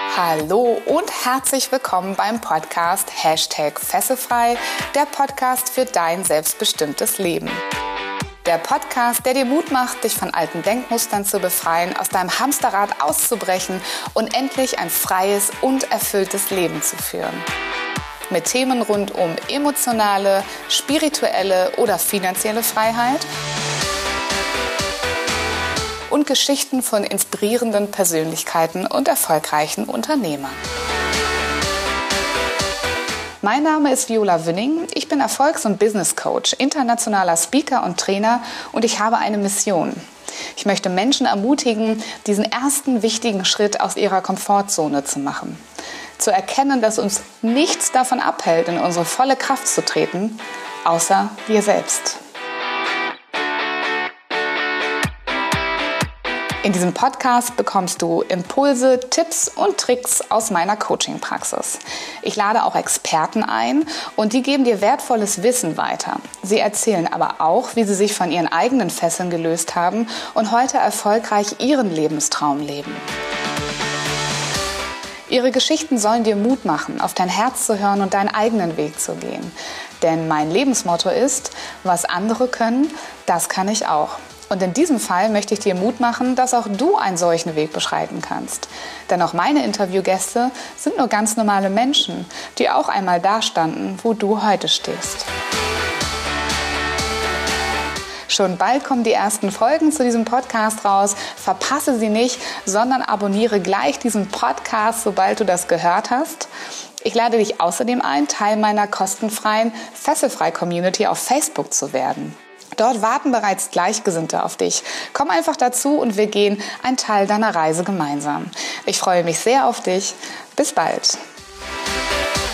Hallo und herzlich willkommen beim Podcast #Fesselfrei, der Podcast für dein selbstbestimmtes Leben. Der Podcast, der dir Mut macht, dich von alten Denkmustern zu befreien, aus deinem Hamsterrad auszubrechen und endlich ein freies und erfülltes Leben zu führen. Mit Themen rund um emotionale, spirituelle oder finanzielle Freiheit und Geschichten von inspirierenden Persönlichkeiten und erfolgreichen Unternehmern. Mein Name ist Viola Wünning, ich bin Erfolgs- und Business Coach, internationaler Speaker und Trainer und ich habe eine Mission. Ich möchte Menschen ermutigen, diesen ersten wichtigen Schritt aus ihrer Komfortzone zu machen. Zu erkennen, dass uns nichts davon abhält, in unsere volle Kraft zu treten, außer wir selbst. In diesem Podcast bekommst du Impulse, Tipps und Tricks aus meiner Coaching-Praxis. Ich lade auch Experten ein und die geben dir wertvolles Wissen weiter. Sie erzählen aber auch, wie sie sich von ihren eigenen Fesseln gelöst haben und heute erfolgreich ihren Lebenstraum leben. Ihre Geschichten sollen dir Mut machen, auf dein Herz zu hören und deinen eigenen Weg zu gehen. Denn mein Lebensmotto ist, was andere können, das kann ich auch. Und in diesem Fall möchte ich dir Mut machen, dass auch du einen solchen Weg beschreiten kannst. Denn auch meine Interviewgäste sind nur ganz normale Menschen, die auch einmal da standen, wo du heute stehst. Schon bald kommen die ersten Folgen zu diesem Podcast raus. Verpasse sie nicht, sondern abonniere gleich diesen Podcast, sobald du das gehört hast. Ich lade dich außerdem ein, Teil meiner kostenfreien Fesselfrei-Community auf Facebook zu werden. Dort warten bereits Gleichgesinnte auf dich. Komm einfach dazu und wir gehen einen Teil deiner Reise gemeinsam. Ich freue mich sehr auf dich. Bis bald.